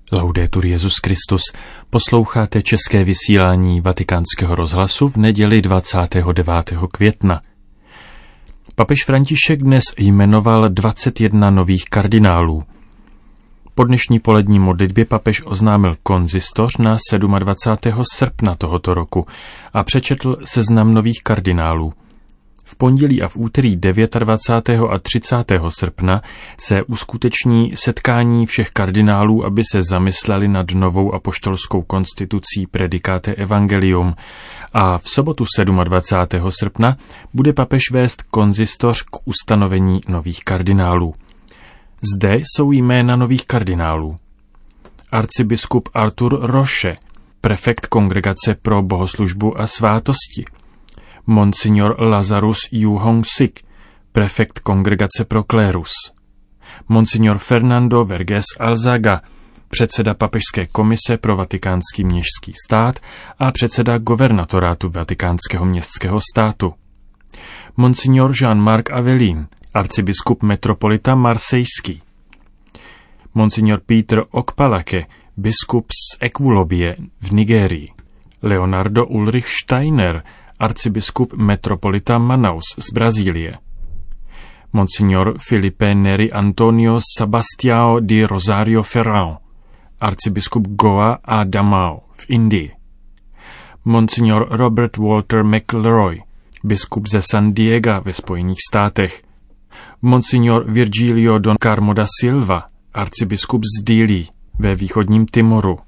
Laudetur Jesus Christus. Posloucháte české vysílání Vatikánského rozhlasu v neděli 29. května. Papež František dnes jmenoval 21 nových kardinálů. Po dnešní polední modlitbě papež oznámil konzistoř na 27. srpna tohoto roku a přečetl seznam nových kardinálů. V pondělí a v úterý 29. a 30. srpna se uskuteční setkání všech kardinálů, aby se zamysleli nad novou apoštolskou konstitucí Praedicate Evangelium, a v sobotu 27. srpna bude papež vést konzistoř k ustanovení nových kardinálů. Zde jsou jména nových kardinálů. Arcibiskup Arthur Roche, prefekt Kongregace pro bohoslužbu a svátosti. Monsignor Lazarus Yu Hong-sik, prefekt Kongregace pro klérus. Monsignor Fernando Vergés Alzaga, předseda Papežské komise pro vatikánský městský stát a předseda governatorátu vatikánského městského státu. Monsignor Jean-Marc Avelin, arcibiskup metropolita marsejský. Monsignor Peter Okpalake, biskup z Ekwulobie v Nigérii. Leonardo Ulrich Steiner, arcibiskup metropolita Manaus z Brazílie. Monsignor Filipe Neri Antonio Sebastião de Rosario Ferrão, arcibiskup Goa a Damao v Indii. Monsignor Robert Walter McElroy, biskup ze San Diega ve Spojených státech. Monsignor Virgilio Don Carmo da Silva, arcibiskup z Dili ve východním Timoru.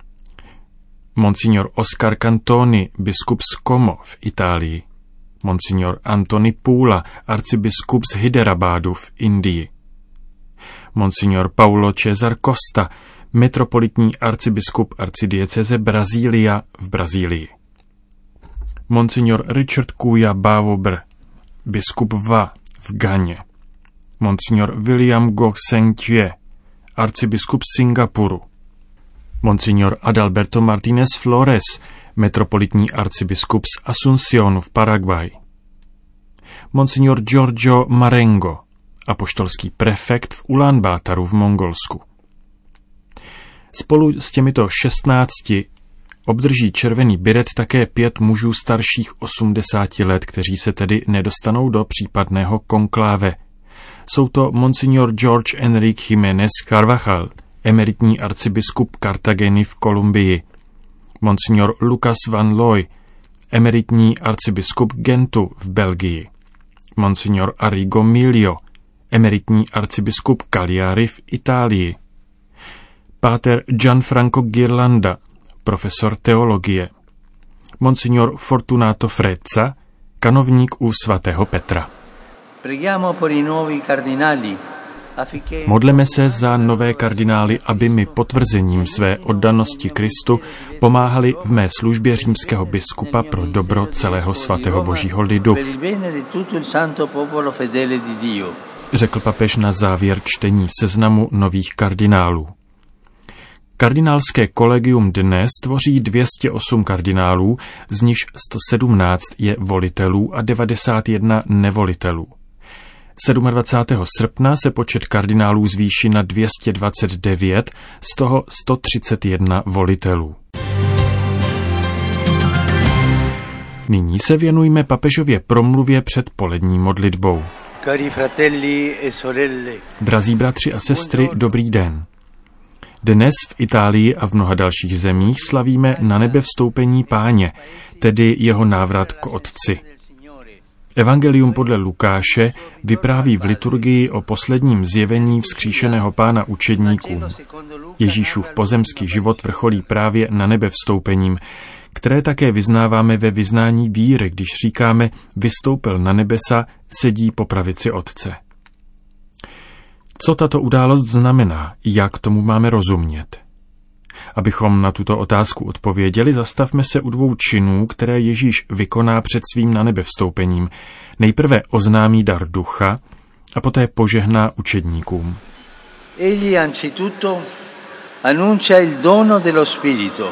Monsignor Oscar Cantoni, biskup z Como v Itálii. Monsignor Antoni Pula, arcibiskup z Hyderabadu v Indii. Monsignor Paulo Cesar Costa, metropolitní arcibiskup arcidieceze Brazília v Brazílii. Monsignor Richard Kuya Bawobr, biskup Va v Ghaně. Monsignor William Goh Seng Chie, arcibiskup Singapuru. Monsignor Adalberto Martínez Flores, metropolitní arcibiskup z Asuncionu v Paraguay. Monsignor Giorgio Marengo, apoštolský prefekt v Ulánbátaru v Mongolsku. Spolu s těmito 16 obdrží červený biret také 5 mužů starších 80 let, kteří se tedy nedostanou do případného konkláve. Jsou to Monsignor George Enrique Jiménez Carvajal, emeritní arcibiskup Kartageny v Kolumbii. Monsignor Lucas van Looy, emeritní arcibiskup Gentu v Belgii. Monsignor Arrigo Milio, emeritní arcibiskup Cagliari v Itálii. Páter Gianfranco Ghirlanda, profesor teologie. Monsignor Fortunato Frezza, kanovník u svatého Petra. Modleme se za nové kardinály, aby mi potvrzením své oddanosti Kristu pomáhali v mé službě římského biskupa pro dobro celého svatého božího lidu, řekl papež na závěr čtení seznamu nových kardinálů. Kardinálské kolegium dnes tvoří 208 kardinálů, z nichž 117 je volitelů a 91 nevolitelů. 27. srpna se počet kardinálů zvýší na 229, z toho 131 volitelů. Nyní se věnujme papežově promluvě před polední modlitbou. Drazí bratři a sestry, dobrý den. Dnes v Itálii a v mnoha dalších zemích slavíme na nebe vstoupení Páně, tedy jeho návrat k Otci. Evangelium podle Lukáše vypráví v liturgii o posledním zjevení vzkříšeného Pána učedníkům. Ježíšův pozemský život vrcholí právě na nebe vstoupením, které také vyznáváme ve vyznání víry, když říkáme vystoupil na nebesa, sedí po pravici Otce. Co tato událost znamená, jak tomu máme rozumět? Abychom na tuto otázku odpověděli, zastavme se u 2 činů, které Ježíš vykoná před svým na nebe vstoupením. Nejprve oznámí dar ducha a poté požehná učedníkům. Egli anzitutto annuncia il dono dello Spirito.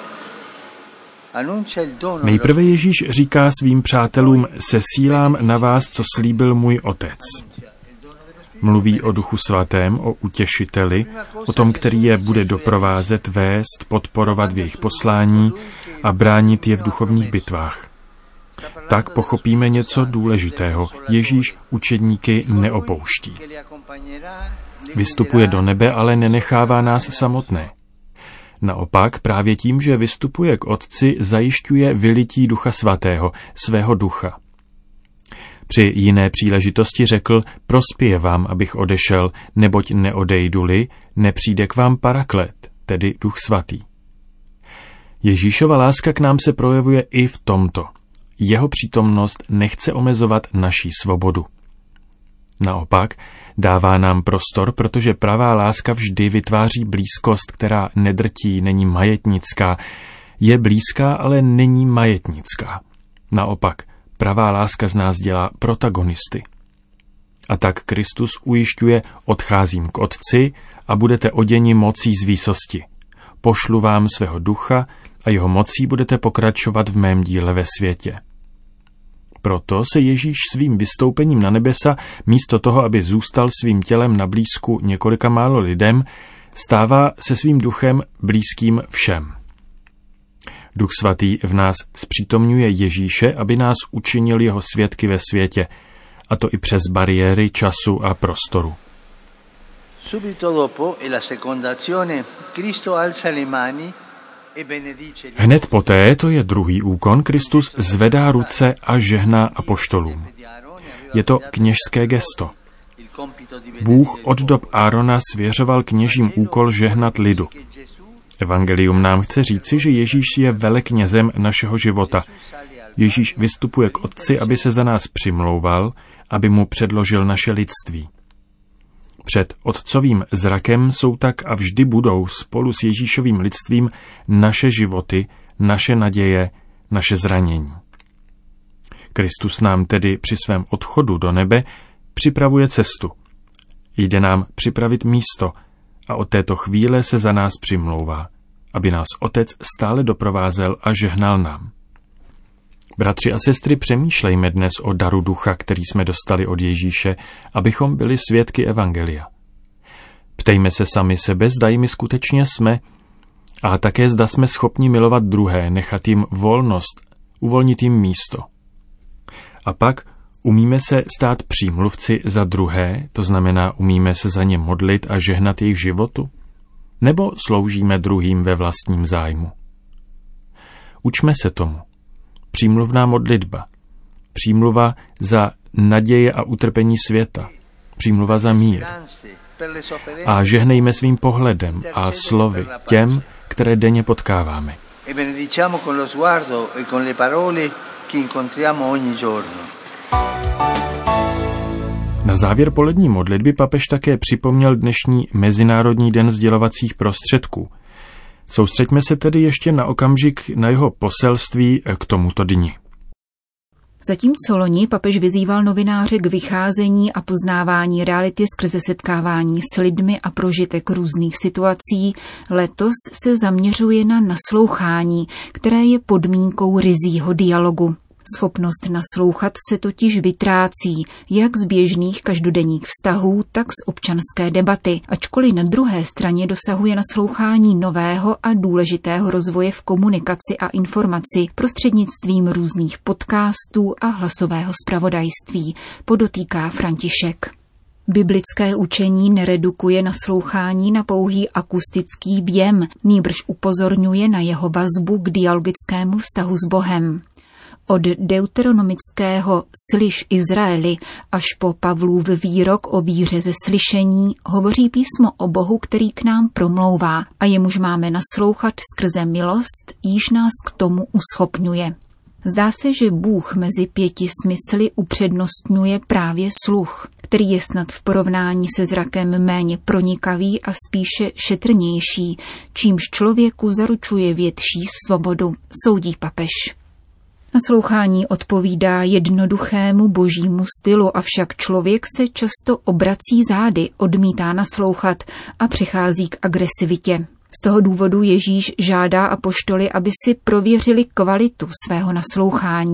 Nejprve Ježíš říká svým přátelům, sesílám na vás, co slíbil můj Otec. Mluví o Duchu Svatém, o utěšiteli, o tom, který je bude doprovázet, vést, podporovat v jejich poslání a bránit je v duchovních bitvách. Tak pochopíme něco důležitého. Ježíš učedníky neopouští. Vystupuje do nebe, ale nenechává nás samotné. Naopak právě tím, že vystupuje k Otci, zajišťuje vylití Ducha Svatého, svého ducha. Při jiné příležitosti řekl, prospěje vám, abych odešel, neboť neodejdu-li, nepřijde k vám Paraklet, tedy Duch Svatý. Ježíšova láska k nám se projevuje i v tomto. Jeho přítomnost nechce omezovat naší svobodu. Naopak, dává nám prostor, protože pravá láska vždy vytváří blízkost, která nedrtí, není majetnická. Je blízká, ale není majetnická. Naopak, pravá láska z nás dělá protagonisty. A tak Kristus ujišťuje, odcházím k Otci a budete oděni mocí z výsosti. Pošlu vám svého ducha a jeho mocí budete pokračovat v mém díle ve světě. Proto se Ježíš svým vystoupením na nebesa, místo toho, aby zůstal svým tělem na blízku několika málo lidem, stává se svým duchem blízkým všem. Duch Svatý v nás zpřítomňuje Ježíše, aby nás učinil jeho svědky ve světě, a to i přes bariéry času a prostoru. Hned poté, to je druhý úkon, Kristus zvedá ruce a žehná apoštolům. Je to kněžské gesto. Bůh od dob Árona svěřoval kněžím úkol žehnat lidu. Evangelium nám chce říci, že Ježíš je veleknězem našeho života. Ježíš vystupuje k Otci, aby se za nás přimlouval, aby mu předložil naše lidství. Před Otcovým zrakem jsou tak a vždy budou spolu s Ježíšovým lidstvím naše životy, naše naděje, naše zranění. Kristus nám tedy při svém odchodu do nebe připravuje cestu. Jde nám připravit místo a od této chvíle se za nás přimlouvá, aby nás Otec stále doprovázel a žehnal nám. Bratři a sestry, přemýšlejme dnes o daru ducha, který jsme dostali od Ježíše, abychom byli svědky evangelia. Ptejme se sami sebe, zda jimi skutečně jsme, a také zda jsme schopni milovat druhé, nechat jim volnost, uvolnit jim místo. A pak umíme se stát přímluvci za druhé, to znamená umíme se za ně modlit a žehnat jejich životu? Nebo sloužíme druhým ve vlastním zájmu? Učme se tomu. Přímluvná modlitba, přímluva za naděje a utrpení světa, přímluva za mír. A žehnejme svým pohledem a slovy těm, které denně potkáváme. Na závěr polední modlitby papež také připomněl dnešní Mezinárodní den sdělovacích prostředků. Soustřeďme se tedy ještě na okamžik na jeho poselství k tomuto dni. Zatímco loni papež vyzýval novináře k vycházení a poznávání reality skrze setkávání s lidmi a prožitek různých situací, letos se zaměřuje na naslouchání, které je podmínkou ryzího dialogu. Schopnost naslouchat se totiž vytrácí jak z běžných každodenních vztahů, tak z občanské debaty, ačkoliv na druhé straně dosahuje naslouchání nového a důležitého rozvoje v komunikaci a informaci prostřednictvím různých podcastů a hlasového zpravodajství, podotýká František. Biblické učení neredukuje naslouchání na pouhý akustický vjem, nýbrž upozorňuje na jeho vazbu k dialogickému vztahu s Bohem. Od deuteronomického slyš Izraeli až po Pavlův výrok o víře ze slyšení hovoří písmo o Bohu, který k nám promlouvá a jemuž máme naslouchat skrze milost, jíž nás k tomu uschopňuje. Zdá se, že Bůh mezi 5 smysly upřednostňuje právě sluch, který je snad v porovnání se zrakem méně pronikavý a spíše šetrnější, čímž člověku zaručuje větší svobodu, soudí papež. Naslouchání odpovídá jednoduchému božímu stylu, avšak člověk se často obrací zády, odmítá naslouchat a přichází k agresivitě. Z toho důvodu Ježíš žádá apoštoly, aby si prověřili kvalitu svého naslouchání.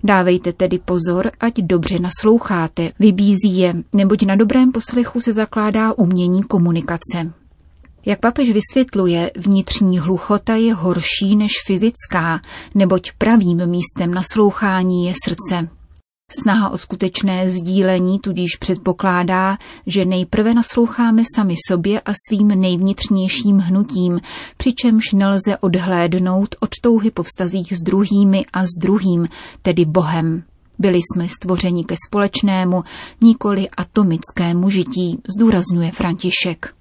Dávejte tedy pozor, ať dobře nasloucháte, vybízí je, neboť na dobrém poslechu se zakládá umění komunikace. Jak papež vysvětluje, vnitřní hluchota je horší než fyzická, neboť pravým místem naslouchání je srdce. Snaha o skutečné sdílení tudíž předpokládá, že nejprve nasloucháme sami sobě a svým nejvnitřnějším hnutím, přičemž nelze odhlédnout od touhy po vztazích s druhými a s druhým, tedy Bohem. Byli jsme stvořeni ke společnému, nikoli atomickému žití, zdůrazňuje František.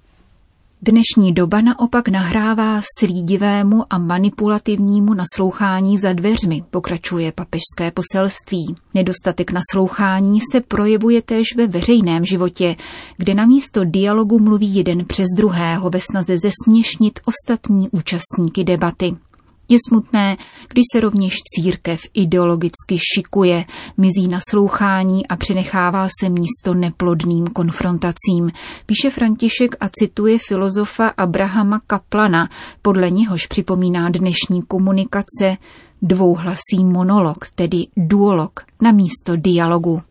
Dnešní doba naopak nahrává slídivému a manipulativnímu naslouchání za dveřmi, pokračuje papežské poselství. Nedostatek naslouchání se projevuje též ve veřejném životě, kde namísto dialogu mluví jeden přes druhého ve snaze zesměšnit ostatní účastníky debaty. Je smutné, když se rovněž církev ideologicky šikuje, mizí naslouchání a přenechává se místo neplodným konfrontacím, píše František a cituje filozofa Abrahama Kaplana, podle něhož připomíná dnešní komunikace dvouhlasý monolog, tedy duolog, namísto dialogu.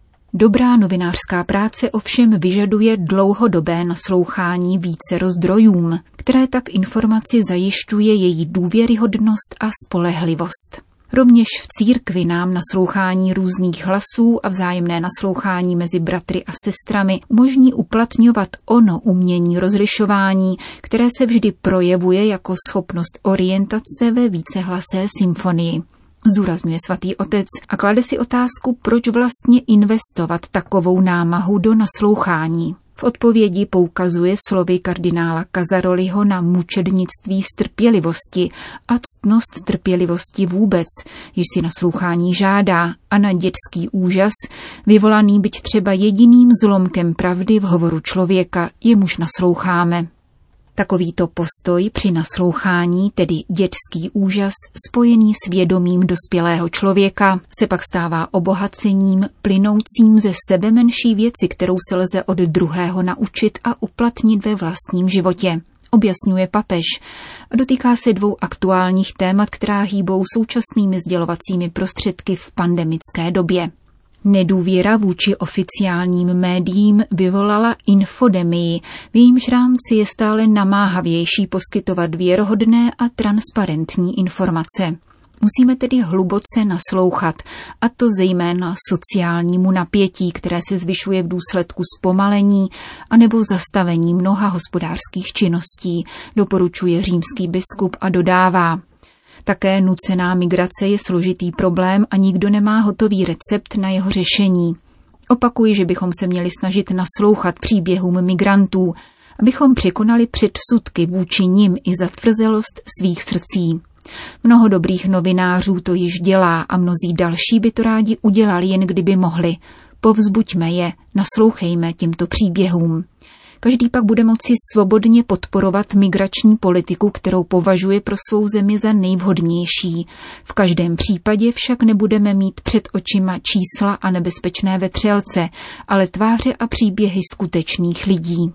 Dobrá novinářská práce ovšem vyžaduje dlouhodobé naslouchání vícero zdrojům, které tak informaci zajišťuje její důvěryhodnost a spolehlivost. Rovněž v církvi nám naslouchání různých hlasů a vzájemné naslouchání mezi bratry a sestrami umožní uplatňovat ono umění rozlišování, které se vždy projevuje jako schopnost orientace ve vícehlasé symfonii. Zdůrazňuje svatý otec a klade si otázku, proč vlastně investovat takovou námahu do naslouchání. V odpovědi poukazuje slovy kardinála Casaroliho na mučednictví z trpělivosti a ctnost trpělivosti vůbec, již si naslouchání žádá, a na dětský úžas, vyvolaný byť třeba jediným zlomkem pravdy v hovoru člověka, jemuž nasloucháme. Takovýto postoj při naslouchání, tedy dětský úžas, spojený s vědomím dospělého člověka, se pak stává obohacením plynoucím ze sebemenší věci, kterou se lze od druhého naučit a uplatnit ve vlastním životě, objasňuje papež. Dotýká se dvou aktuálních témat, která hýbou současnými sdělovacími prostředky v pandemické době. Nedůvěra vůči oficiálním médiím vyvolala infodemii, v jejímž rámci je stále namáhavější poskytovat věrohodné a transparentní informace. Musíme tedy hluboce naslouchat, a to zejména sociálnímu napětí, které se zvyšuje v důsledku zpomalení anebo zastavení mnoha hospodářských činností, doporučuje římský biskup a dodává: také nucená migrace je složitý problém a nikdo nemá hotový recept na jeho řešení. Opakuji, že bychom se měli snažit naslouchat příběhům migrantů, abychom překonali předsudky vůči nim i zatvrzelost svých srdcí. Mnoho dobrých novinářů to již dělá a mnozí další by to rádi udělali, jen kdyby mohli. Povzbuďme je, naslouchejme těmto příběhům. Každý pak bude moci svobodně podporovat migrační politiku, kterou považuje pro svou zemi za nejvhodnější. V každém případě však nebudeme mít před očima čísla a nebezpečné vetřelce, ale tváře a příběhy skutečných lidí.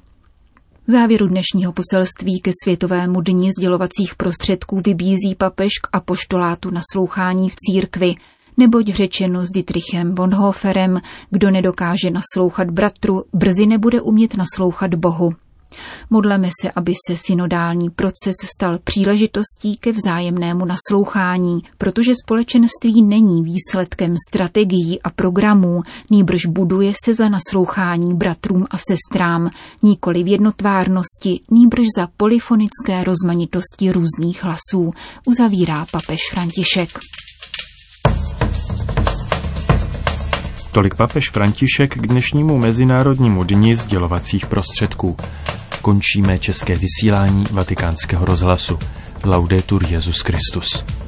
V závěru dnešního poselství ke Světovému dni sdělovacích prostředků vybízí papež k apoštolátu naslouchání v církvi, neboť řečeno s Dietrichem Bonhoefferem, kdo nedokáže naslouchat bratru, brzy nebude umět naslouchat Bohu. Modleme se, aby se synodální proces stal příležitostí ke vzájemnému naslouchání, protože společenství není výsledkem strategií a programů, nýbrž buduje se za naslouchání bratrům a sestrám, nikoli v jednotvárnosti, nýbrž za polyfonické rozmanitosti různých hlasů, uzavírá papež František. Tolik papež František k dnešnímu Mezinárodnímu dni sdělovacích prostředků. Končíme české vysílání Vatikánského rozhlasu. Laudetur Jesus Christus.